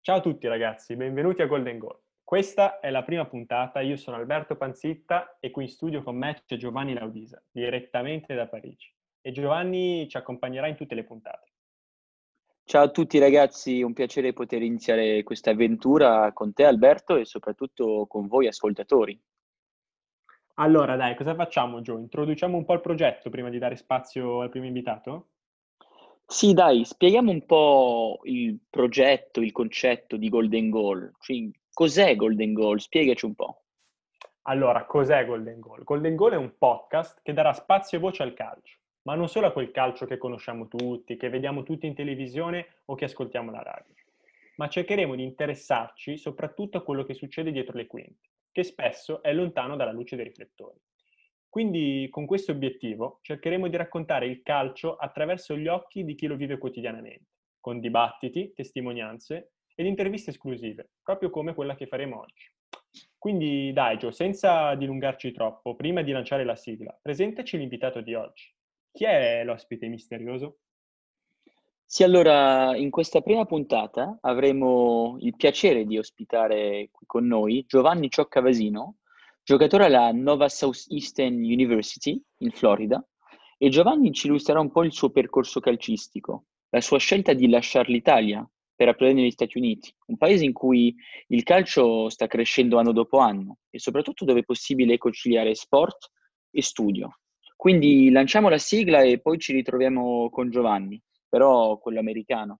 Ciao a tutti ragazzi, benvenuti a Golden Goal. Questa è la prima puntata, io sono Alberto Panzitta e qui in studio con me c'è Giovanni Laudisa, direttamente da Parigi. E Giovanni ci accompagnerà in tutte le puntate. Ciao a tutti ragazzi, un piacere poter iniziare questa avventura con te Alberto e soprattutto con voi ascoltatori. Allora dai, cosa facciamo Gio? Introduciamo un po' il progetto prima di dare spazio al primo invitato? Sì, dai, spieghiamo un po' il progetto, il concetto di Golden Goal. Cioè, cos'è Golden Goal? Spiegaci un po'. Allora, cos'è Golden Goal? Golden Goal è un podcast che darà spazio e voce al calcio, ma non solo a quel calcio che conosciamo tutti, che vediamo tutti in televisione o che ascoltiamo alla radio, ma cercheremo di interessarci soprattutto a quello che succede dietro le quinte, che spesso è lontano dalla luce dei riflettori. Quindi, con questo obiettivo, cercheremo di raccontare il calcio attraverso gli occhi di chi lo vive quotidianamente, con dibattiti, testimonianze ed interviste esclusive, proprio come quella che faremo oggi. Quindi dai Gio, senza dilungarci troppo, prima di lanciare la sigla, presentaci l'invitato di oggi. Chi è l'ospite misterioso? Sì, allora, in questa prima puntata avremo il piacere di ospitare qui con noi Giovanni Cioccavasino, giocatore alla Nova Southeastern University in Florida, e Giovanni ci illustrerà un po' il suo percorso calcistico, la sua scelta di lasciare l'Italia per aprodare negli Stati Uniti, un paese in cui il calcio sta crescendo anno dopo anno e soprattutto dove è possibile conciliare sport e studio. Quindi lanciamo la sigla e poi ci ritroviamo con Giovanni, però quello americano.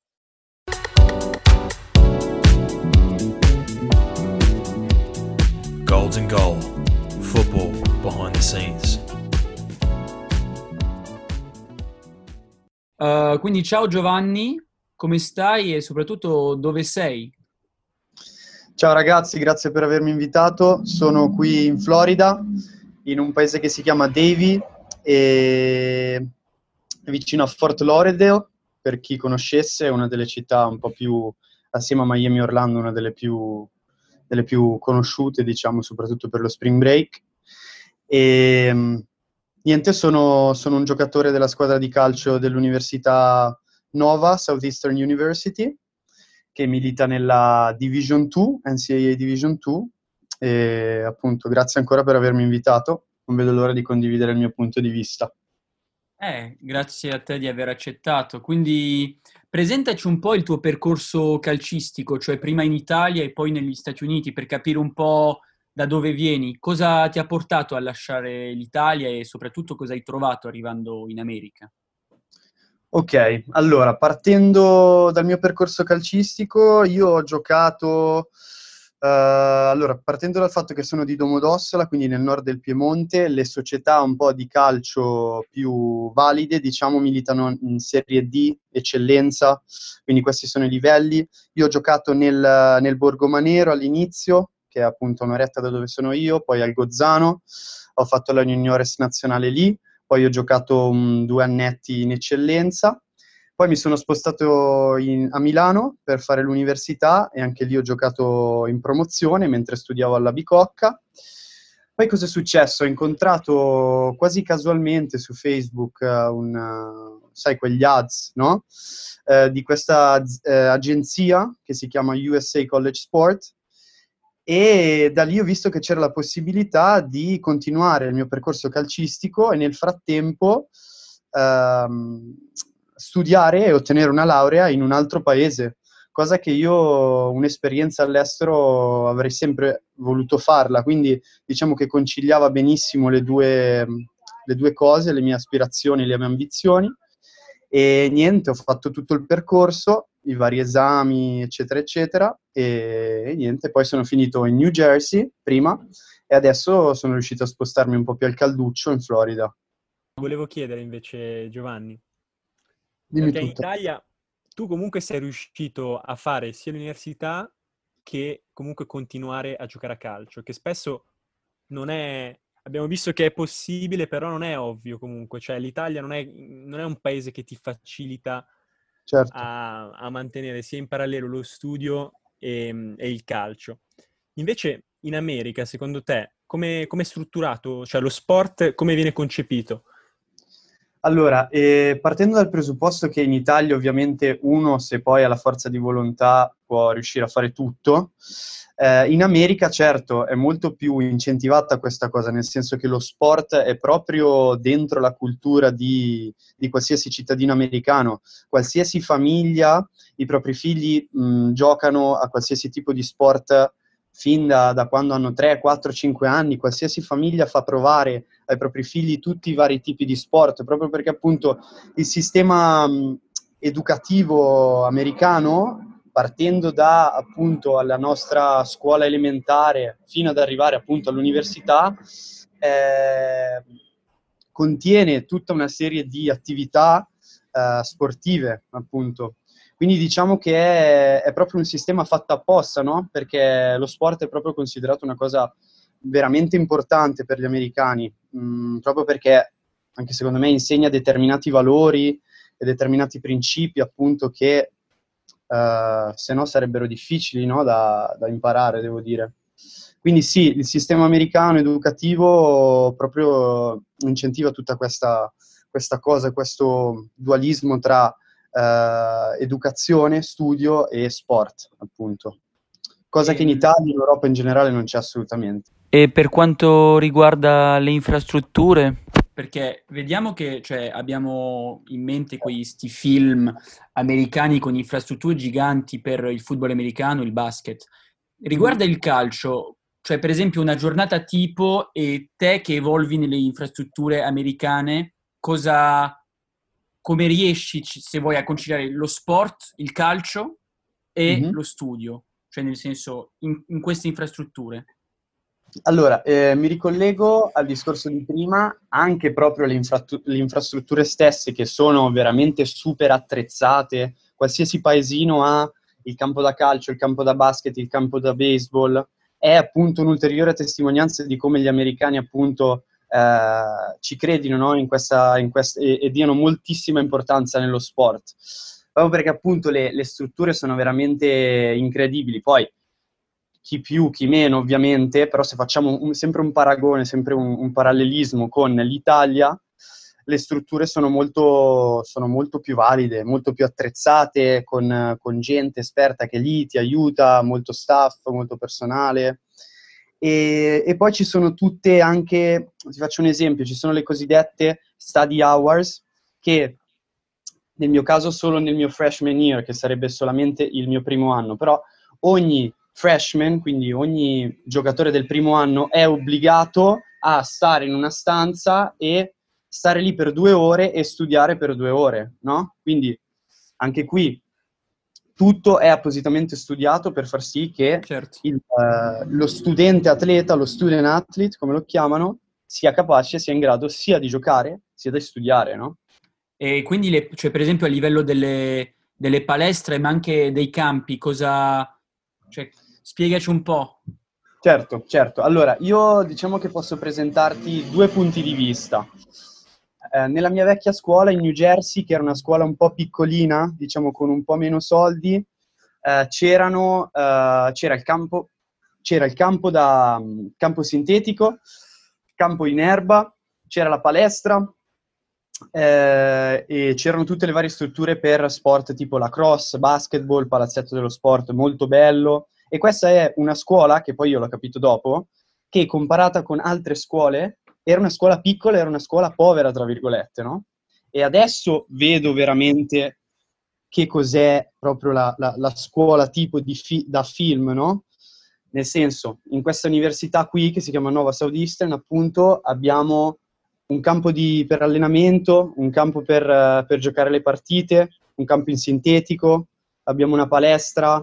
Golden Goal, football behind the scenes. Quindi ciao Giovanni, come stai e soprattutto dove sei? Ciao ragazzi, grazie per avermi invitato. Sono qui in Florida, in un paese che si chiama Davie, e vicino a Fort Lauderdale, per chi conoscesse, è una delle città un po' più, assieme a Miami e Orlando, una delle più conosciute, diciamo, soprattutto per lo spring break. E niente, sono un giocatore della squadra di calcio dell'Università Nova, Southeastern University, che milita nella Division 2, NCAA Division 2, e appunto grazie ancora per avermi invitato, non vedo l'ora di condividere il mio punto di vista. Grazie a te di aver accettato. Quindi presentaci un po' il tuo percorso calcistico, cioè prima in Italia e poi negli Stati Uniti, per capire un po' da dove vieni, cosa ti ha portato a lasciare l'Italia e soprattutto cosa hai trovato arrivando in America. Ok, allora, partendo dal mio percorso calcistico, io ho giocato, allora, partendo dal fatto che sono di Domodossola, quindi nel nord del Piemonte, le società un po' di calcio più valide, diciamo, militano in Serie D, eccellenza, quindi questi sono i livelli. Io ho giocato nel Borgomanero all'inizio, che è appunto un'oretta da dove sono io, poi al Gozzano, ho fatto la juniores nazionale lì, poi ho giocato 2 annetti in eccellenza, poi mi sono spostato a Milano per fare l'università e anche lì ho giocato in promozione mentre studiavo alla Bicocca. Poi cosa è successo? Ho incontrato quasi casualmente su Facebook sai, quegli ads, no? Di questa agenzia che si chiama USA College Sport, e da lì ho visto che c'era la possibilità di continuare il mio percorso calcistico e nel frattempo ehm, studiare e ottenere una laurea in un altro paese, cosa che io, un'esperienza all'estero, avrei sempre voluto farla, quindi diciamo che conciliava benissimo le due cose, le mie aspirazioni, le mie ambizioni. E niente, ho fatto tutto il percorso, i vari esami, eccetera, eccetera, e niente, poi sono finito in New Jersey prima e adesso sono riuscito a spostarmi un po' più al calduccio in Florida. Volevo chiedere invece Giovanni, Dimmi perché in tutto. Italia tu comunque sei riuscito a fare sia l'università che comunque continuare a giocare a calcio, che spesso non è... Abbiamo visto che è possibile, però non è ovvio comunque, cioè l'Italia non è un paese che ti facilita Certo. a mantenere sia in parallelo lo studio e il calcio. Invece in America, secondo te, come è strutturato? Cioè lo sport come viene concepito? Allora, partendo dal presupposto che in Italia ovviamente uno, se poi ha la forza di volontà, può riuscire a fare tutto, in America certo è molto più incentivata questa cosa, nel senso che lo sport è proprio dentro la cultura di qualsiasi cittadino americano. Qualsiasi famiglia, i propri figli giocano a qualsiasi tipo di sport fin da quando hanno 3, 4, 5 anni. Qualsiasi famiglia fa provare ai propri figli tutti i vari tipi di sport, proprio perché appunto il sistema educativo americano, partendo da appunto alla nostra scuola elementare fino ad arrivare appunto all'università, contiene tutta una serie di attività sportive, appunto. Quindi diciamo che è proprio un sistema fatto apposta, no? Perché lo sport è proprio considerato una cosa veramente importante per gli americani, proprio perché anche secondo me insegna determinati valori e determinati principi, appunto, che se no sarebbero difficili, no, da imparare, devo dire. Quindi sì, il sistema americano educativo proprio incentiva tutta questa cosa, questo dualismo tra educazione, studio e sport, appunto. Cosa che in Italia e in Europa in generale non c'è assolutamente. E per quanto riguarda le infrastrutture? Perché vediamo che abbiamo in mente questi film americani con infrastrutture giganti per il football americano, il basket. Riguarda il calcio, cioè per esempio una giornata tipo e te che evolvi nelle infrastrutture americane, come riesci, se vuoi, a conciliare lo sport, il calcio e lo studio? Cioè nel senso, in queste infrastrutture. Allora, mi ricollego al discorso di prima, anche proprio le infrastrutture stesse che sono veramente super attrezzate. Qualsiasi paesino ha il campo da calcio, il campo da basket, il campo da baseball. È appunto un'ulteriore testimonianza di come gli americani appunto ci credino, no? E diano moltissima importanza nello sport. Proprio perché appunto le strutture sono veramente incredibili. Poi chi più, chi meno ovviamente, però se facciamo sempre un paragone, sempre un parallelismo con l'Italia, le strutture sono molto più valide, molto più attrezzate, con gente esperta che lì ti aiuta, molto staff, molto personale. E poi ci sono tutte anche, ti faccio un esempio, ci sono le cosiddette study hours, che nel mio caso solo nel mio freshman year, che sarebbe solamente il mio primo anno, però ogni freshman, quindi ogni giocatore del primo anno, è obbligato a stare in una stanza e stare lì per 2 ore e studiare per 2 ore, no? Quindi anche qui tutto è appositamente studiato per far sì che Certo. lo studente atleta, lo student athlete, come lo chiamano, sia capace, sia in grado sia di giocare, sia di studiare, no? E quindi, cioè, per esempio, a livello delle palestre, ma anche dei campi, cioè, spiegaci un po'. Certo, certo. Allora, io diciamo che posso presentarti 2 punti di vista. Nella mia vecchia scuola in New Jersey, che era una scuola un po' piccolina, diciamo con un po' meno soldi, c'era il campo campo sintetico, campo in erba, c'era la palestra, e c'erano tutte le varie strutture per sport tipo lacrosse, basketball, palazzetto dello sport, molto bello. E questa è una scuola, che poi io l'ho capito dopo, che comparata con altre scuole, era una scuola piccola, era una scuola povera, tra virgolette, no? E adesso vedo veramente che cos'è proprio la scuola tipo da film, no? Nel senso, in questa università qui, che si chiama Nova Southeastern, appunto, abbiamo un campo per allenamento, un campo per giocare le partite, un campo in sintetico, abbiamo una palestra,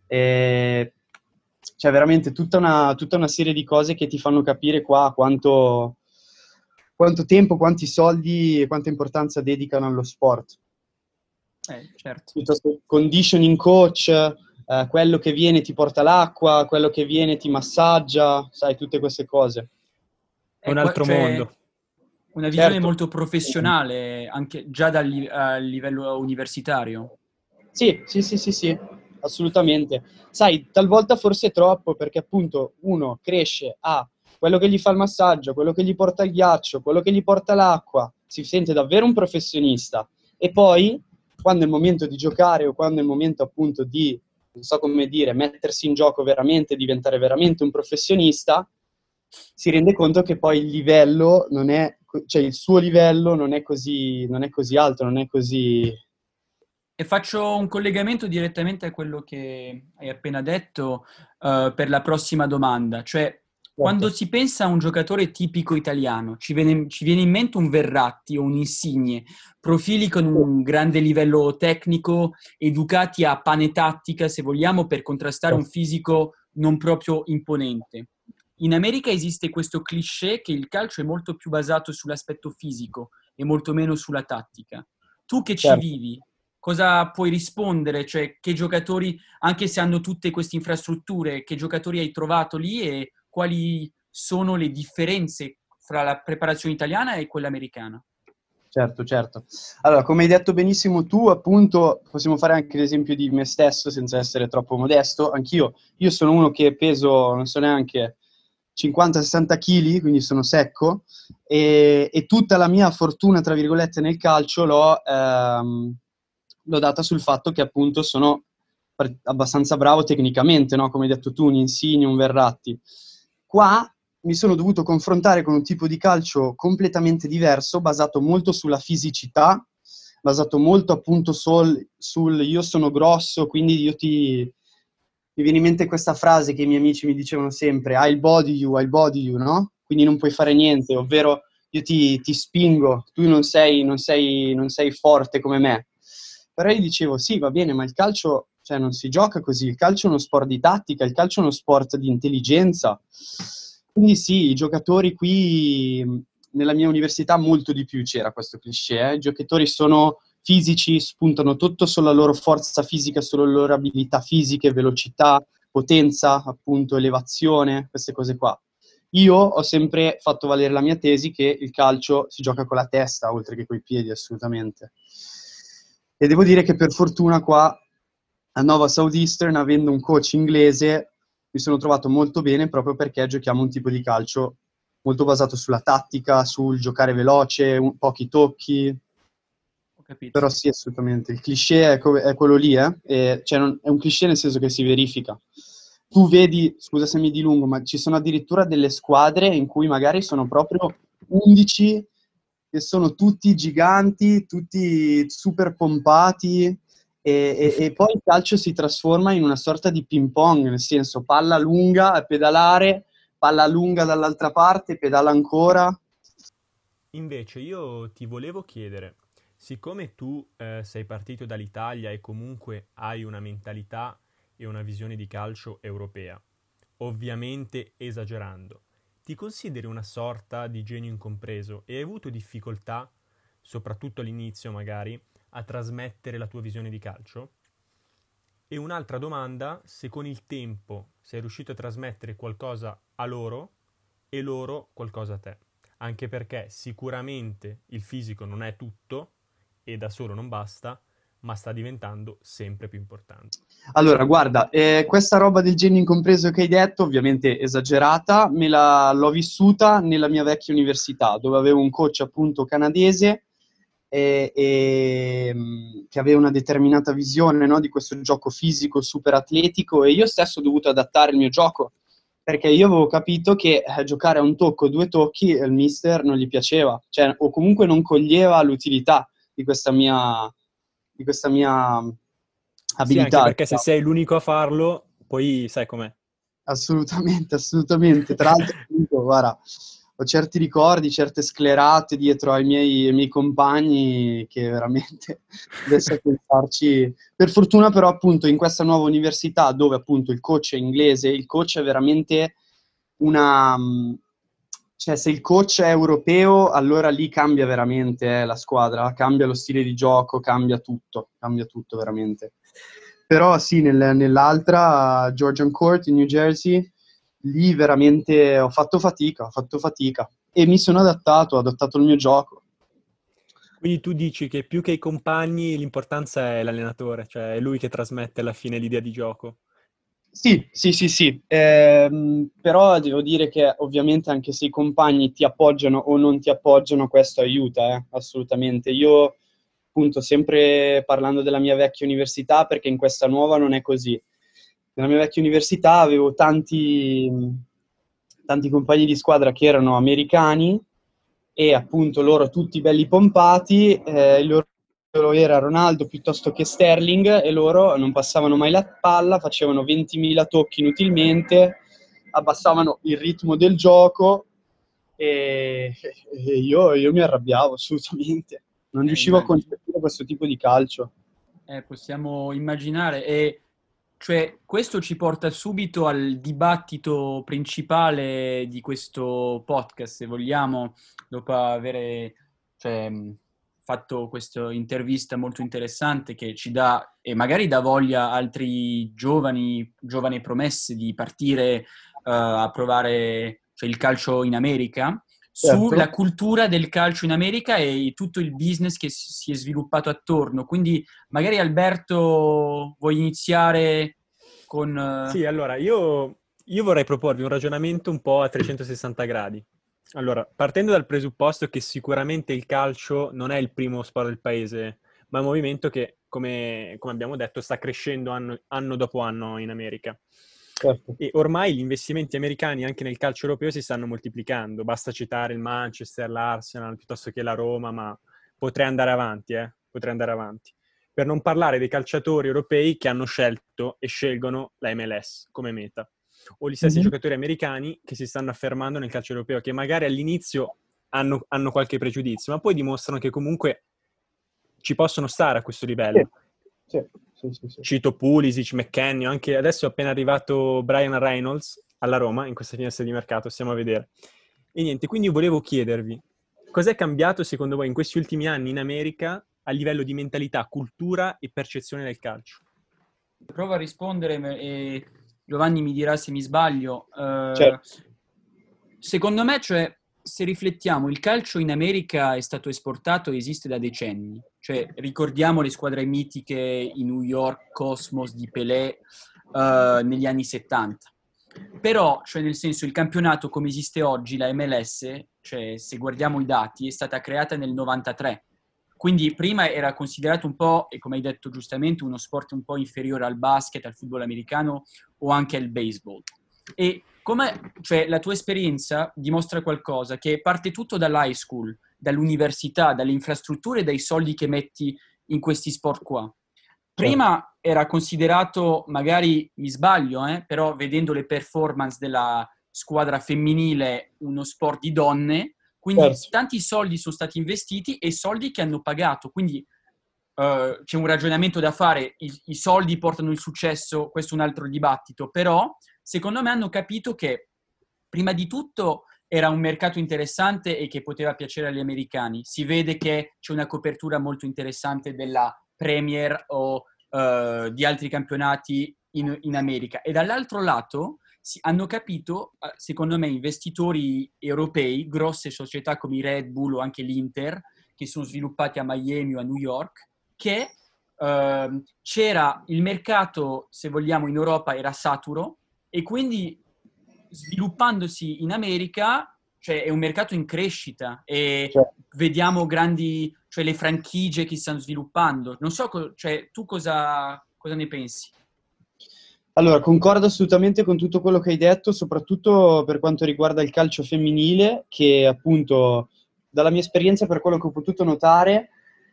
c'è veramente tutta una serie di cose che ti fanno capire qua quanto tempo, quanti soldi e quanta importanza dedicano allo sport. Certo. Conditioning coach, quello che viene ti porta l'acqua, quello che viene ti massaggia, sai, tutte queste cose. È un altro mondo. Una visione Certo. molto professionale, anche già a livello universitario. Sì, assolutamente. Sai, talvolta forse è troppo, perché appunto uno cresce a quello che gli fa il massaggio, quello che gli porta il ghiaccio, quello che gli porta l'acqua, si sente davvero un professionista. E poi, quando è il momento di giocare o quando è il momento appunto di, non so come dire, mettersi in gioco veramente, diventare veramente un professionista, si rende conto che poi il livello non è, cioè il suo livello non è così alto, non è così... E faccio un collegamento direttamente a quello che hai appena detto, per la prossima domanda. Cioè, quando si pensa a un giocatore tipico italiano, ci viene in mente un Verratti o un Insigne, profili con un grande livello tecnico, educati a pane tattica, se vogliamo, per contrastare un fisico non proprio imponente. In America esiste questo cliché che il calcio è molto più basato sull'aspetto fisico e molto meno sulla tattica. Tu che ci Certo. vivi, cosa puoi rispondere? Cioè, che giocatori, anche se hanno tutte queste infrastrutture, che giocatori hai trovato lì e quali sono le differenze fra la preparazione italiana e quella americana? Certo, certo. Allora, come hai detto benissimo tu, appunto, possiamo fare anche l'esempio di me stesso, senza essere troppo modesto. Io sono uno che peso, non so neanche, 50-60 kg, quindi sono secco, e tutta la mia fortuna, tra virgolette, nel calcio l'ho data sul fatto che appunto sono abbastanza bravo tecnicamente, no? Come hai detto tu, un Insigne, un Verratti. Qua mi sono dovuto confrontare con un tipo di calcio completamente diverso, basato molto sulla fisicità, basato molto appunto sul io sono grosso, quindi mi viene in mente questa frase che i miei amici mi dicevano sempre, I'll body you, no? Quindi non puoi fare niente, ovvero io ti spingo, tu non sei forte come me. Però io dicevo, sì, va bene, ma il calcio, cioè, non si gioca così, il calcio è uno sport di tattica, il calcio è uno sport di intelligenza. Quindi sì, i giocatori qui, nella mia università molto di più c'era questo cliché, I giocatori sono fisici, spuntano tutto sulla loro forza fisica, sulle loro abilità fisiche, velocità, potenza, appunto, elevazione, queste cose qua. Io ho sempre fatto valere la mia tesi che il calcio si gioca con la testa, oltre che coi piedi, assolutamente. E devo dire che per fortuna qua a Nova Southeastern, avendo un coach inglese, mi sono trovato molto bene proprio perché giochiamo un tipo di calcio molto basato sulla tattica, sul giocare veloce, pochi tocchi. Ho capito. Però sì, assolutamente. Il cliché è quello lì, cioè è un cliché nel senso che si verifica. Tu vedi, scusa se mi dilungo, ma ci sono addirittura delle squadre in cui magari sono proprio 11 che sono tutti giganti, tutti super pompati e poi il calcio si trasforma in una sorta di ping pong, nel senso palla lunga a pedalare, palla lunga dall'altra parte, pedala ancora. Invece io ti volevo chiedere, siccome tu sei partito dall'Italia e comunque hai una mentalità e una visione di calcio europea, ovviamente esagerando, ti consideri una sorta di genio incompreso e hai avuto difficoltà, soprattutto all'inizio magari, a trasmettere la tua visione di calcio? E un'altra domanda, se con il tempo sei riuscito a trasmettere qualcosa a loro e loro qualcosa a te. Anche perché sicuramente il fisico non è tutto e da solo non basta, ma sta diventando sempre più importante. Allora, guarda, questa roba del genio incompreso che hai detto, ovviamente esagerata, l'ho vissuta nella mia vecchia università, dove avevo un coach appunto canadese che aveva una determinata visione, no, di questo gioco fisico super atletico e io stesso ho dovuto adattare il mio gioco, perché io avevo capito che giocare a un tocco, due tocchi, il mister non gli piaceva, cioè, o comunque non coglieva l'utilità di questa mia Sì, anche abilità. perché se Diciamo. sei l'unico a farlo, poi sai com'è. Assolutamente, assolutamente. Tra l'altro, appunto, guarda, ho certi ricordi, certe sclerate dietro ai miei compagni che veramente adesso a pensarci. Per fortuna, però, appunto, in questa nuova università dove appunto il coach è inglese, il coach è veramente una. Cioè, se il coach è europeo, allora lì cambia veramente la squadra, cambia lo stile di gioco, cambia tutto veramente. Però sì, nell'altra, Georgian Court in New Jersey, lì veramente ho fatto fatica e mi sono adattato, ho adattato il mio gioco. Quindi tu dici che più che i compagni l'importanza è l'allenatore, cioè è lui che trasmette alla fine l'idea di gioco. Sì. Però devo dire che ovviamente anche se i compagni ti appoggiano o non ti appoggiano, questo aiuta, assolutamente. Io, appunto, sempre parlando della mia vecchia università, perché in questa nuova non è così. Nella mia vecchia università avevo tanti compagni di squadra che erano americani e appunto loro tutti belli pompati, il loro era Ronaldo piuttosto che Sterling e loro non passavano mai la palla, facevano 20.000 tocchi inutilmente, abbassavano il ritmo del gioco e io mi arrabbiavo assolutamente. Non riuscivo a Immagino. concepire questo tipo di calcio. Possiamo immaginare, e cioè questo ci porta subito al dibattito principale di questo podcast, se vogliamo, dopo aver fatto questa intervista molto interessante che ci dà e magari dà voglia a altri giovani promesse di partire a provare il calcio in America, Certo. sulla cultura del calcio in America e tutto il business che si è sviluppato attorno. Quindi magari Alberto vuoi iniziare con... Sì, allora io vorrei proporvi un ragionamento un po' a 360 gradi. Allora, partendo dal presupposto che sicuramente il calcio non è il primo sport del paese, ma è un movimento che, come abbiamo detto, sta crescendo anno dopo anno in America. Certo. E ormai gli investimenti americani anche nel calcio europeo si stanno moltiplicando. Basta citare il Manchester, l'Arsenal, piuttosto che la Roma, ma potrei andare avanti, potrei andare avanti. Per non parlare dei calciatori europei che hanno scelto e scelgono la MLS come meta, o gli stessi giocatori americani che si stanno affermando nel calcio europeo, che magari all'inizio hanno qualche pregiudizio, ma poi dimostrano che comunque ci possono stare a questo livello. Sì. Cito Pulisic, McKennie, anche adesso è appena arrivato Brian Reynolds alla Roma in questa finestra di mercato, stiamo a vedere. E niente, quindi volevo chiedervi, cos'è cambiato secondo voi in questi ultimi anni in America a livello di mentalità, cultura e percezione del calcio? Prova a rispondere e Giovanni mi dirà se mi sbaglio. Certo. Secondo me, cioè, se riflettiamo, il calcio in America è stato esportato e esiste da decenni. Cioè, ricordiamo le squadre mitiche in New York, Cosmos di Pelé, negli anni 70. Però, cioè, nel senso, il campionato come esiste oggi, la MLS, cioè, se guardiamo i dati, è stata creata nel 93. Quindi prima era considerato un po', e come hai detto giustamente, uno sport un po' inferiore al basket, al football americano o anche al baseball. E come, cioè, la tua esperienza dimostra qualcosa, che parte tutto dall'high school, dall'università, dalle infrastrutture, dai soldi che metti in questi sport qua. Prima era considerato, magari mi sbaglio, però vedendo le performance della squadra femminile, uno sport di donne, quindi tanti soldi sono stati investiti e soldi che hanno pagato, quindi c'è un ragionamento da fare, i soldi portano il successo, questo è un altro dibattito, però secondo me hanno capito che prima di tutto era un mercato interessante e che poteva piacere agli americani. Si vede che c'è una copertura molto interessante della Premier o di altri campionati in America. E dall'altro lato hanno capito, secondo me, investitori europei, grosse società come i Red Bull o anche l'Inter, che sono sviluppati a Miami o a New York, che c'era il mercato, se vogliamo, in Europa era saturo e quindi sviluppandosi in America, cioè è un mercato in crescita e vediamo grandi, cioè le franchigie che si stanno sviluppando. Non so, cioè tu cosa ne pensi? Allora, concordo assolutamente con tutto quello che hai detto, soprattutto per quanto riguarda il calcio femminile, che appunto, dalla mia esperienza, per quello che ho potuto notare,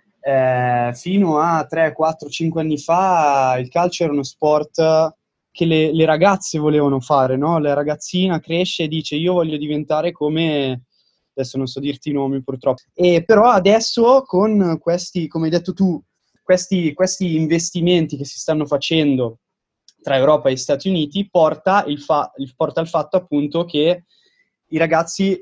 fino a 3, 4, 5 anni fa il calcio era uno sport che le ragazze volevano fare, no? La ragazzina cresce e dice io voglio diventare come... Adesso non so dirti i nomi purtroppo. E però adesso con questi, come hai detto tu, questi investimenti che si stanno facendo tra Europa e Stati Uniti porta al fatto appunto che i ragazzi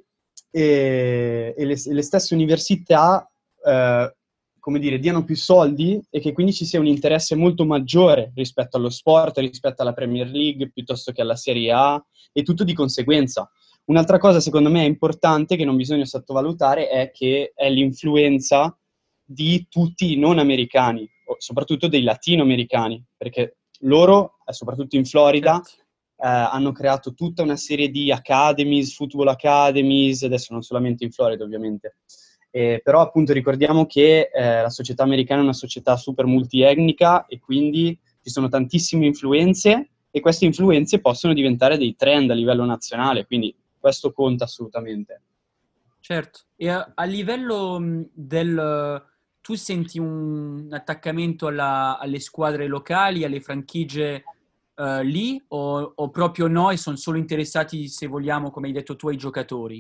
e le stesse università come dire, diano più soldi e che quindi ci sia un interesse molto maggiore rispetto allo sport, rispetto alla Premier League piuttosto che alla Serie A e tutto di conseguenza. Un'altra cosa secondo me importante che non bisogna sottovalutare è che è l'influenza di tutti i non americani, soprattutto dei latinoamericani, perché loro, soprattutto in Florida, Certo. hanno creato tutta una serie di academies, football academies, adesso non solamente in Florida ovviamente, però appunto ricordiamo che la società americana è una società super multietnica e quindi ci sono tantissime influenze e queste influenze possono diventare dei trend a livello nazionale, quindi questo conta assolutamente. Certo. E a livello tu senti un attaccamento alle squadre locali, alle franchigie lì, o proprio no e sono solo interessati, se vogliamo, come hai detto tu, ai giocatori?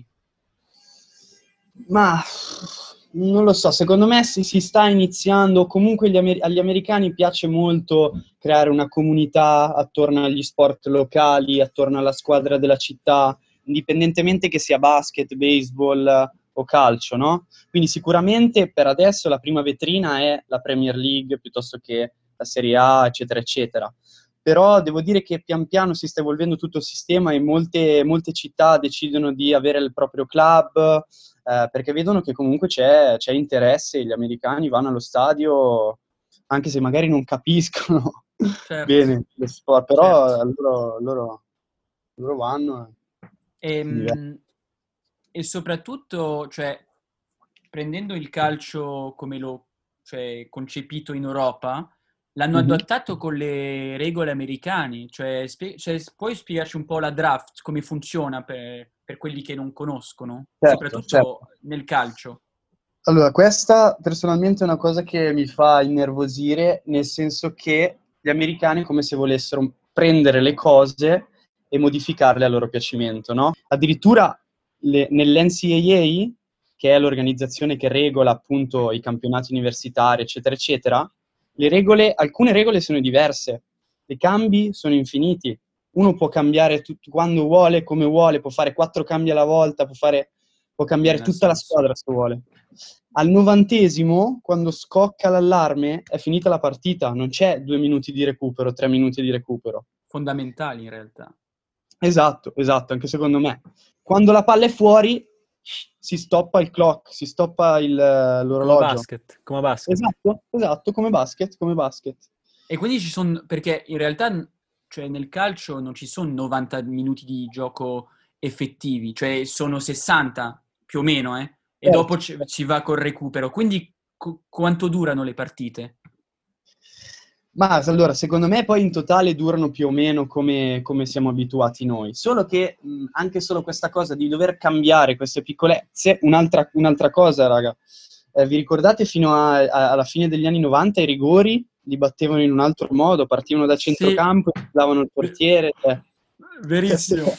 Ma non lo so, secondo me si sta iniziando, comunque agli americani piace molto creare una comunità attorno agli sport locali, attorno alla squadra della città, indipendentemente che sia basket, baseball o calcio, no? Quindi sicuramente per adesso la prima vetrina è la Premier League piuttosto che la Serie A, eccetera, eccetera. Però devo dire che pian piano si sta evolvendo tutto il sistema e molte città decidono di avere il proprio club, perché vedono che comunque c'è interesse, gli americani vanno allo stadio anche se magari non capiscono Certo, bene lo sport, però certo. loro vanno e si divertono. E soprattutto, cioè, prendendo il calcio come cioè, concepito in Europa, l'hanno Mhm. adattato con le regole americane. Cioè, puoi spiegarci un po' la draft, come funziona per quelli che non conoscono, Certo, certo. soprattutto nel calcio? Allora, questa personalmente è una cosa che mi fa innervosire, nel senso che gli americani è come se volessero prendere le cose e modificarle a loro piacimento, no? Addirittura nell'NCAA, che è l'organizzazione che regola appunto i campionati universitari, eccetera, eccetera, alcune regole sono diverse, i cambi sono infiniti. Uno può cambiare quando vuole, come vuole, può fare 4 cambi alla volta, può cambiare Non ha tutta la senso. squadra se vuole. Al 90°, quando scocca l'allarme, è finita la partita, non c'è 2 minuti di recupero, 3 minuti di recupero. Fondamentali in realtà. Esatto, anche secondo me. Quando la palla è fuori, si stoppa il clock, si stoppa Come l'orologio. basket, come basket. Esatto, come basket. E quindi ci sono, perché in realtà, cioè, nel calcio non ci sono 90 minuti di gioco effettivi, cioè sono 60 più o meno, e dopo Certo. ci va col recupero. Quindi quanto durano le partite? Ma allora, secondo me poi in totale durano più o meno come siamo abituati noi. Solo che anche solo questa cosa di dover cambiare queste piccolezze, un'altra cosa, raga. Vi ricordate fino alla fine degli anni 90 i rigori li battevano in un altro modo, partivano da Sì, centrocampo e davano il portiere. Queste verissimo. cose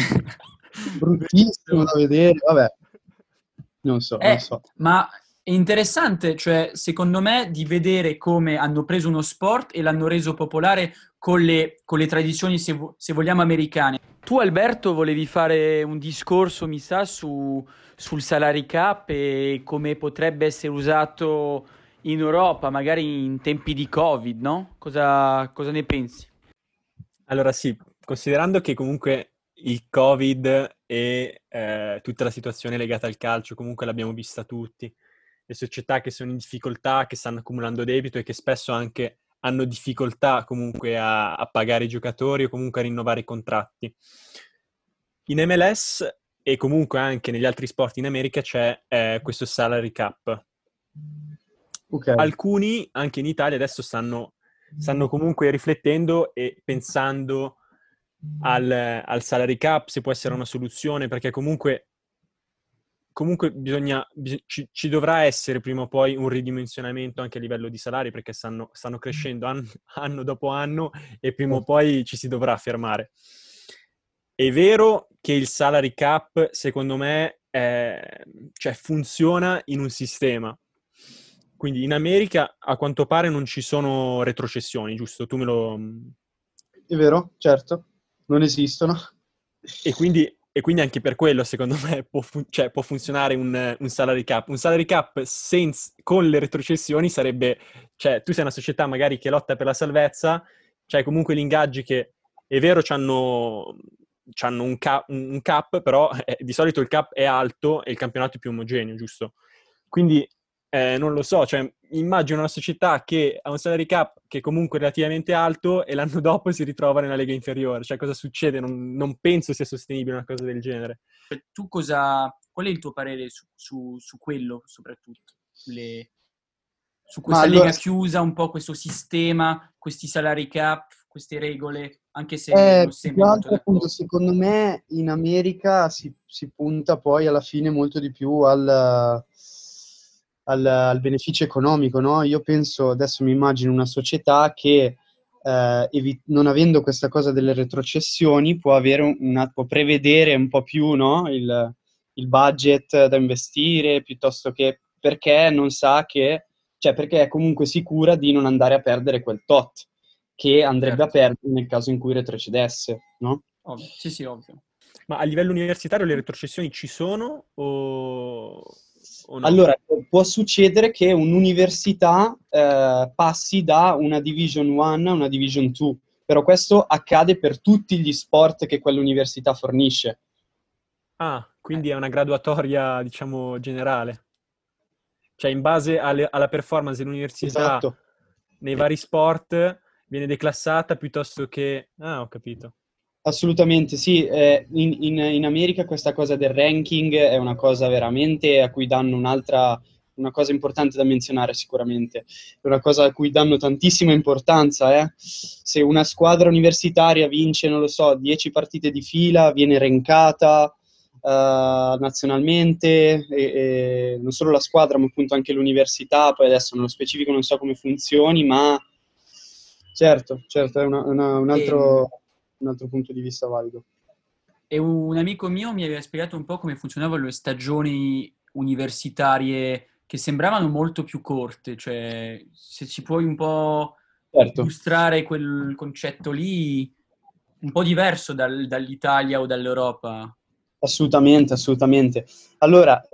bruttissimo da vedere, vabbè, non so. Ma è interessante, cioè, secondo me, di vedere come hanno preso uno sport e l'hanno reso popolare con le tradizioni, se vogliamo, americane. Tu, Alberto, volevi fare un discorso, mi sa, sul salary cap e come potrebbe essere usato in Europa, magari in tempi di Covid, no? Cosa ne pensi? Allora sì, considerando che comunque il Covid e tutta la situazione legata al calcio comunque l'abbiamo vista tutti, le società che sono in difficoltà, che stanno accumulando debito e che spesso anche hanno difficoltà comunque a pagare i giocatori o comunque a rinnovare i contratti. In MLS e comunque anche negli altri sport in America c'è questo salary cap. Ok. Alcuni, anche in Italia, adesso stanno comunque riflettendo e pensando al salary cap, se può essere una soluzione, perché comunque ci dovrà essere prima o poi un ridimensionamento anche a livello di salari, perché stanno crescendo anno dopo anno e prima o poi ci si dovrà fermare. È vero che il salary cap, secondo me, cioè funziona in un sistema. Quindi in America, a quanto pare, non ci sono retrocessioni, giusto? Tu me lo... È vero, certo, non esistono. E quindi anche per quello, secondo me, può funzionare un salary cap. Un salary cap con le retrocessioni sarebbe... Cioè, tu sei una società magari che lotta per la salvezza, c'hai comunque gli ingaggi che, è vero, c'hanno un cap, però di solito il cap è alto e il campionato è più omogeneo, giusto? Quindi, non lo so, cioè, immagino una società che ha un salary cap che è comunque relativamente alto e l'anno dopo si ritrova nella lega inferiore. Cioè, cosa succede? Non penso sia sostenibile una cosa del genere. Tu qual è il tuo parere su quello, soprattutto? Su questa allora, lega chiusa, un po' questo sistema, questi salary cap, queste regole, anche se non più sempre che molto altro, appunto, d'accordo. secondo me in America si punta poi alla fine molto di più al beneficio economico, no? Io penso, adesso mi immagino una società che non avendo questa cosa delle retrocessioni può avere può prevedere un po' più, no? Il budget da investire, piuttosto che perché non sa che, cioè perché è comunque sicura di non andare a perdere quel tot che andrebbe a Certo, perdere nel caso in cui retrocedesse, no? ovvio. Sì, sì, ovvio. Ma a livello universitario le retrocessioni ci sono o no? Allora, può succedere che un'università passi da una Division 1 a una Division 2, però questo accade per tutti gli sport che quell'università fornisce. Ah, quindi è una graduatoria, diciamo, generale. Cioè, in base alla performance dell'università Esatto. nei vari sport viene declassata piuttosto che... Ah, ho capito. Assolutamente, sì. In America questa cosa del ranking è una cosa veramente a cui danno una cosa importante da menzionare sicuramente, è una cosa a cui danno tantissima importanza, eh. Se una squadra universitaria vince, non lo so, 10 partite di fila, viene rankata nazionalmente, e non solo la squadra, ma appunto anche l'università, poi adesso nello specifico non so come funzioni, ma certo, è un altro punto di vista valido. E un amico mio mi aveva spiegato un po' come funzionavano le stagioni universitarie che sembravano molto più corte, cioè se ci puoi un po' Certo, illustrare quel concetto lì, un po' diverso dall'Italia o dall'Europa. assolutamente, assolutamente. Allora,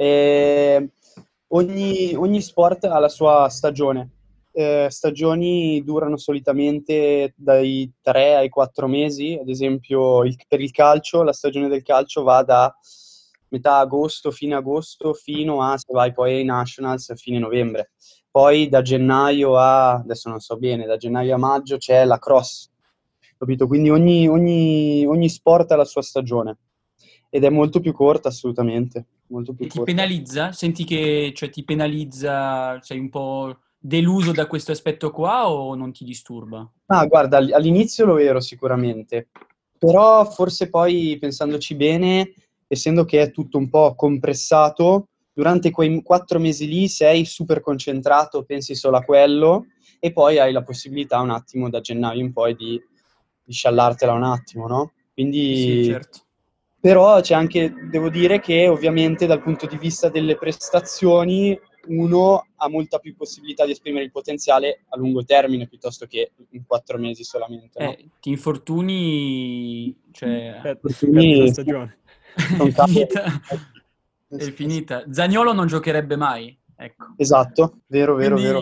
ogni sport ha la sua stagione. Stagioni durano solitamente dai 3 ai 4 mesi, ad esempio per il calcio, la stagione del calcio va da metà agosto, fino a, se vai poi ai Nationals, fine novembre. Poi da gennaio adesso non so bene, da gennaio a maggio c'è la cross, capito? Quindi ogni sport ha la sua stagione ed è molto più corta, assolutamente, molto più E ti corta. penalizza? Senti che cioè, ti penalizza, sei un po' deluso da questo aspetto qua o non ti disturba? Ah, guarda, all'inizio lo ero sicuramente, però forse poi pensandoci bene, essendo che è tutto un po' compressato, durante quei 4 mesi lì sei super concentrato, pensi solo a quello e poi hai la possibilità un attimo da gennaio in poi di sciallartela un attimo, no? Sì, sì, Quindi, certo. però c'è anche, devo dire che ovviamente dal punto di vista delle prestazioni uno ha molta più possibilità di esprimere il potenziale a lungo termine piuttosto che in 4 mesi solamente, no? Ti infortuni, cioè, Perdi la Infortuni stagione. è sono finita. cavoli. È finita. Zaniolo non giocherebbe mai, ecco. Esatto, vero, vero, Quindi, vero.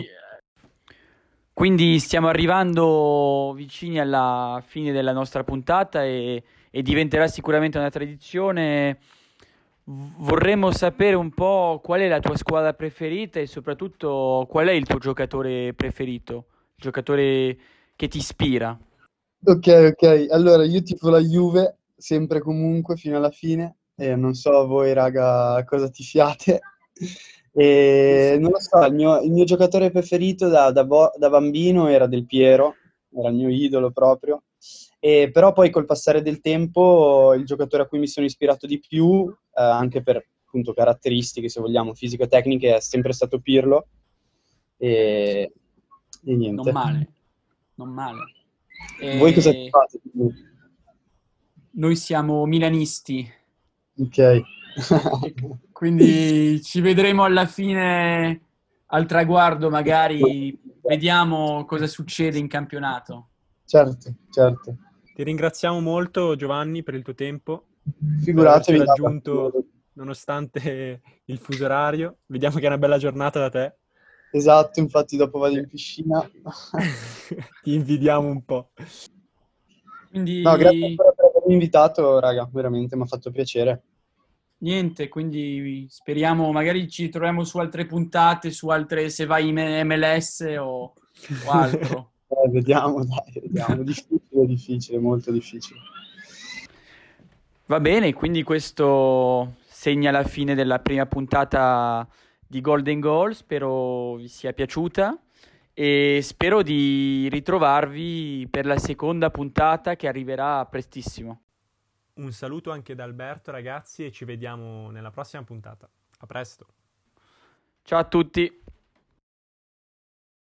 quindi stiamo arrivando vicini alla fine della nostra puntata e diventerà sicuramente una tradizione. Vorremmo sapere un po' qual è la tua squadra preferita e soprattutto qual è il tuo giocatore preferito, il giocatore che ti ispira. Ok, allora io tifo la Juve, sempre comunque, fino alla fine, e non so voi raga cosa tifiate. E non lo so, il mio giocatore preferito da bambino era Del Piero, era il mio idolo proprio. Però poi col passare del tempo il giocatore a cui mi sono ispirato di più, anche per appunto caratteristiche, se vogliamo, fisico-tecniche, è sempre stato Pirlo. E, e Non niente. male, non male. Voi cosa E fate? noi siamo milanisti, Ok. e quindi ci vedremo alla fine, al traguardo magari, vediamo cosa succede in campionato. Certo, certo. Ti ringraziamo molto, Giovanni, per il tuo tempo, per averci Figuratevi, raggiunto nonostante il fuso orario. Vediamo che è una bella giornata da te. esatto, infatti dopo vado in piscina. Ti invidiamo un po'. No, grazie Quindi ancora per avermi invitato, raga, veramente mi ha fatto piacere. Niente, quindi speriamo, magari ci troviamo su altre puntate, su altre, se vai in MLS o altro. Vediamo, dai, vediamo. Difficile, molto difficile. Va bene, quindi questo segna la fine della prima puntata di Golden Goal. Spero vi sia piaciuta e spero di ritrovarvi per la seconda puntata che arriverà prestissimo. Un saluto anche da Alberto, ragazzi, e ci vediamo nella prossima puntata. A presto. Ciao a tutti!